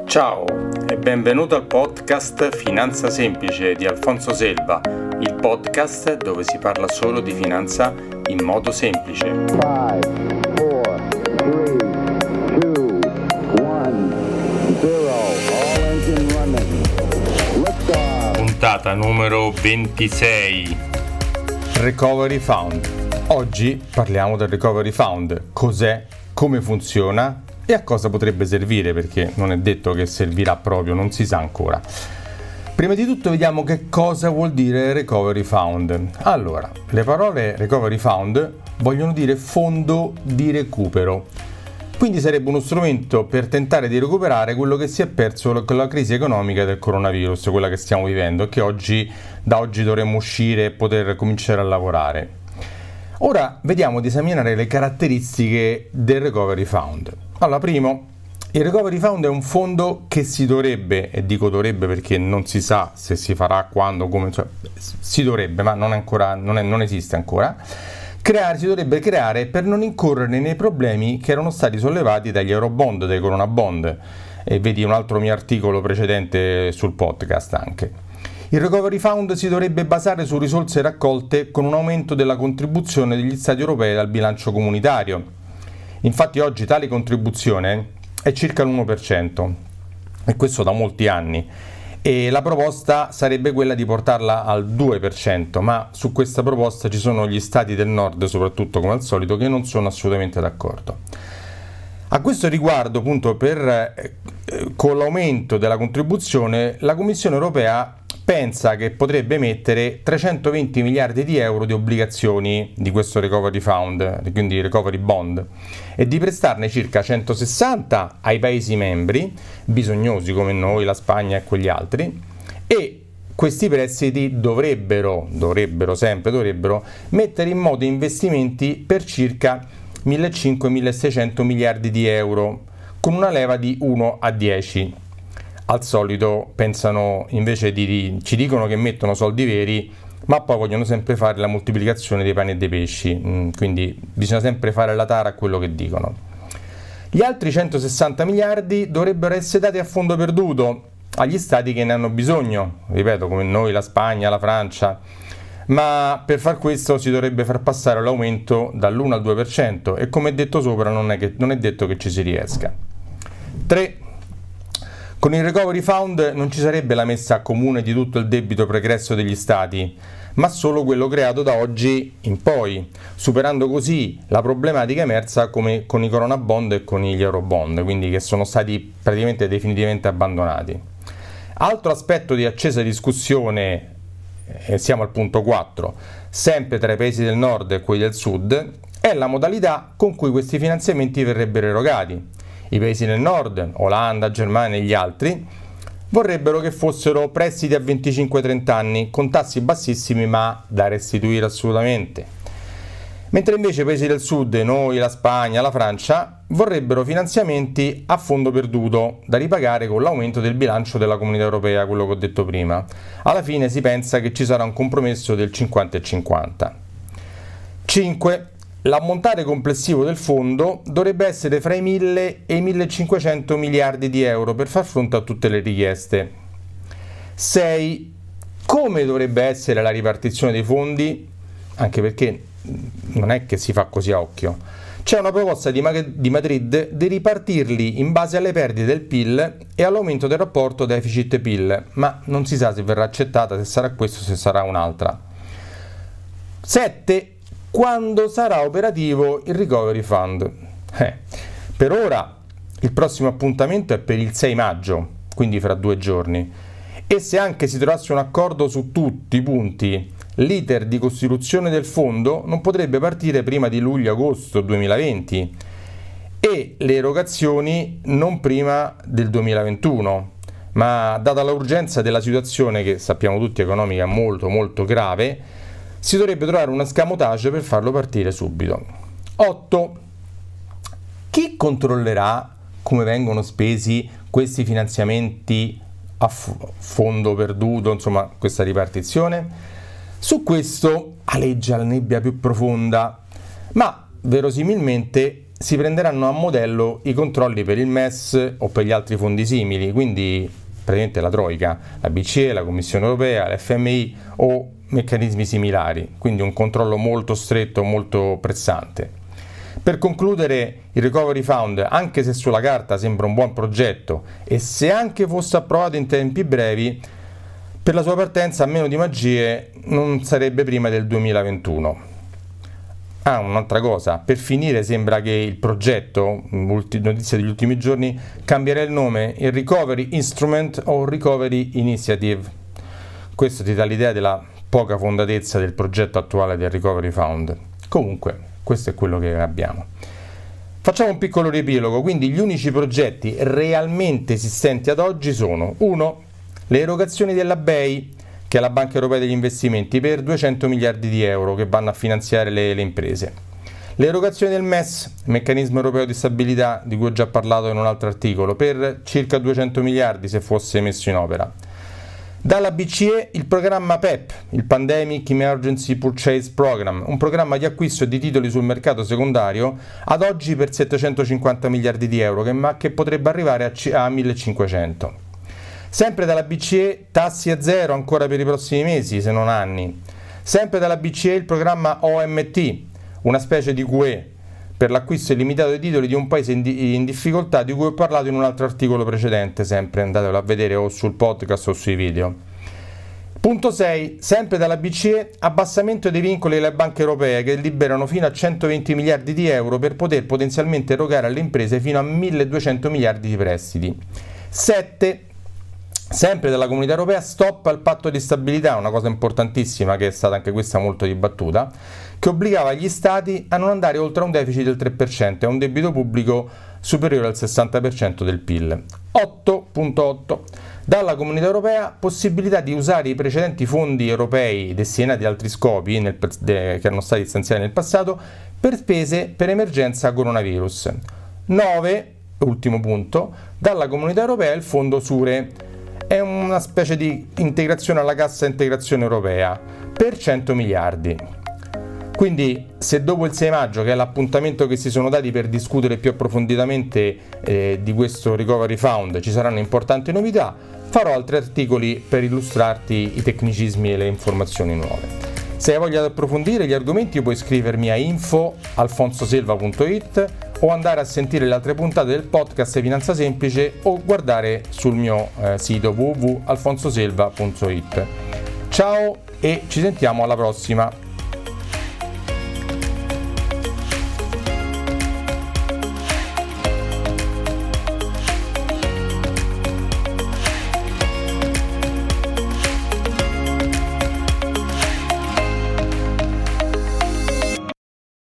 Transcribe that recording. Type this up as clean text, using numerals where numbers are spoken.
Ciao e benvenuto al podcast Finanza Semplice di Alfonso Selva, il podcast dove si parla solo di finanza in modo semplice. 5, 4, 3, 2, 1, 0, all engine running. Liftoff. Puntata numero 26. Recovery Fund. Oggi parliamo del Recovery Fund. Cos'è? Come funziona? E a cosa potrebbe servire, perché non è detto che servirà proprio, non si sa ancora. Prima di tutto vediamo che cosa vuol dire Recovery Fund. Allora, le parole Recovery Fund vogliono dire fondo di recupero. Quindi sarebbe uno strumento per tentare di recuperare quello che si è perso con la crisi economica del coronavirus, quella che stiamo vivendo, e che da oggi dovremmo uscire e poter cominciare a lavorare. Ora vediamo di esaminare le caratteristiche del Recovery Fund. Allora, primo, il Recovery Fund è un fondo che si dovrebbe, e dico dovrebbe perché non si sa se si farà, quando, come, cioè si dovrebbe, ma non esiste ancora, si dovrebbe creare per non incorrere nei problemi che erano stati sollevati dagli Eurobond, dai Corona Bond, e vedi un altro mio articolo precedente sul podcast anche. Il Recovery Fund si dovrebbe basare su risorse raccolte con un aumento della contribuzione degli Stati europei al bilancio comunitario. Infatti oggi tale contribuzione è circa l'1%, e questo da molti anni, e la proposta sarebbe quella di portarla al 2%, ma su questa proposta ci sono gli Stati del Nord, soprattutto come al solito, che non sono assolutamente d'accordo. A questo riguardo, appunto, con l'aumento della contribuzione, la Commissione europea pensa che potrebbe emettere 320 miliardi di euro di obbligazioni di questo Recovery Fund, quindi Recovery Bond, e di prestarne circa 160 ai Paesi membri, bisognosi come noi, la Spagna e quegli altri, e questi prestiti dovrebbero mettere in moto investimenti per circa 1.500-1.600 miliardi di euro, con una leva di 1 a 10. Al solito pensano, invece ci dicono che mettono soldi veri, ma poi vogliono sempre fare la moltiplicazione dei pani e dei pesci, quindi bisogna sempre fare la tara a quello che dicono. Gli altri 160 miliardi dovrebbero essere dati a fondo perduto agli stati che ne hanno bisogno, ripeto, come noi, la Spagna, la Francia, ma per far questo si dovrebbe far passare l'aumento dall'1 al 2%, e come detto sopra non è detto che ci si riesca. 3. Con il Recovery Fund non ci sarebbe la messa a comune di tutto il debito pregresso degli Stati, ma solo quello creato da oggi in poi, superando così la problematica emersa come con i Corona Bond e con gli Eurobond, quindi che sono stati praticamente definitivamente abbandonati. Altro aspetto di accesa discussione, e siamo al punto 4, sempre tra i Paesi del Nord e quelli del Sud, è la modalità con cui questi finanziamenti verrebbero erogati. I Paesi del Nord, Olanda, Germania e gli altri, vorrebbero che fossero prestiti a 25-30 anni, con tassi bassissimi ma da restituire assolutamente. Mentre invece i Paesi del Sud, noi, la Spagna, la Francia, vorrebbero finanziamenti a fondo perduto, da ripagare con l'aumento del bilancio della Comunità Europea, quello che ho detto prima. Alla fine si pensa che ci sarà un compromesso del 50 e 50. 5. L'ammontare complessivo del fondo dovrebbe essere fra i 1.000 e i 1.500 miliardi di euro per far fronte a tutte le richieste. 6. Come dovrebbe essere la ripartizione dei fondi? Anche perché non è che si fa così a occhio. C'è una proposta di Madrid di ripartirli in base alle perdite del PIL e all'aumento del rapporto deficit-PIL, ma non si sa se verrà accettata, se sarà questo o se sarà un'altra. 7. Quando sarà operativo il Recovery Fund? Per ora il prossimo appuntamento è per il 6 maggio, quindi fra 2 giorni, e se anche si trovasse un accordo su tutti i punti, l'iter di costituzione del fondo non potrebbe partire prima di luglio-agosto 2020 e le erogazioni non prima del 2021, ma data l'urgenza della situazione, che sappiamo tutti economica molto molto grave, si dovrebbe trovare un escamotage per farlo partire subito. 8. Chi controllerà come vengono spesi questi finanziamenti a fondo perduto, insomma questa ripartizione? Su questo aleggia la nebbia più profonda, ma verosimilmente si prenderanno a modello i controlli per il MES o per gli altri fondi simili, quindi praticamente la Troica, la BCE, la Commissione Europea, l'FMI o meccanismi similari, quindi un controllo molto stretto, molto pressante. Per concludere, il Recovery Fund, anche se sulla carta sembra un buon progetto e se anche fosse approvato in tempi brevi, per la sua partenza, a meno di magie, non sarebbe prima del 2021. Un'altra cosa, per finire sembra che il progetto, notizia degli ultimi giorni, cambierà il nome in Recovery Instrument o Recovery Initiative. Questo ti dà l'idea della poca fondatezza del progetto attuale del Recovery Fund. Comunque, questo è quello che abbiamo. Facciamo un piccolo riepilogo, quindi gli unici progetti realmente esistenti ad oggi sono: 1. Le erogazioni della BEI, che è la Banca Europea degli Investimenti, per 200 miliardi di euro che vanno a finanziare le imprese. Le erogazioni del MES, Meccanismo Europeo di Stabilità, di cui ho già parlato in un altro articolo, per circa 200 miliardi se fosse messo in opera. Dalla BCE il programma PEP, il Pandemic Emergency Purchase Program, un programma di acquisto di titoli sul mercato secondario, ad oggi per 750 miliardi di euro, che potrebbe arrivare a 1500. Sempre dalla BCE tassi a zero ancora per i prossimi mesi, se non anni. Sempre dalla BCE il programma OMT, una specie di QE, per l'acquisto illimitato di titoli di un paese in difficoltà, di cui ho parlato in un altro articolo precedente, sempre andatelo a vedere o sul podcast o sui video. Punto 6. Sempre dalla BCE, abbassamento dei vincoli delle banche europee che liberano fino a 120 miliardi di euro per poter potenzialmente erogare alle imprese fino a 1200 miliardi di prestiti. 7. Sempre dalla Comunità Europea, stop al patto di stabilità, una cosa importantissima che è stata anche questa molto dibattuta, che obbligava gli Stati a non andare oltre un deficit del 3% e a un debito pubblico superiore al 60% del PIL. 8.8. Dalla Comunità Europea, possibilità di usare i precedenti fondi europei destinati ad altri scopi che erano stati stanziati nel passato per spese per emergenza coronavirus. 9. Ultimo punto. Dalla Comunità Europea il fondo SURE. È una specie di integrazione alla cassa integrazione europea per 100 miliardi. Quindi se dopo il 6 maggio, che è l'appuntamento che si sono dati per discutere più approfonditamente di questo Recovery Fund, ci saranno importanti novità, farò altri articoli per illustrarti i tecnicismi e le informazioni nuove. Se hai voglia di approfondire gli argomenti puoi iscrivermi a info@alfonsoselva.it o andare a sentire le altre puntate del podcast Finanza Semplice o guardare sul mio sito www.alfonsoselva.it. Ciao e ci sentiamo alla prossima!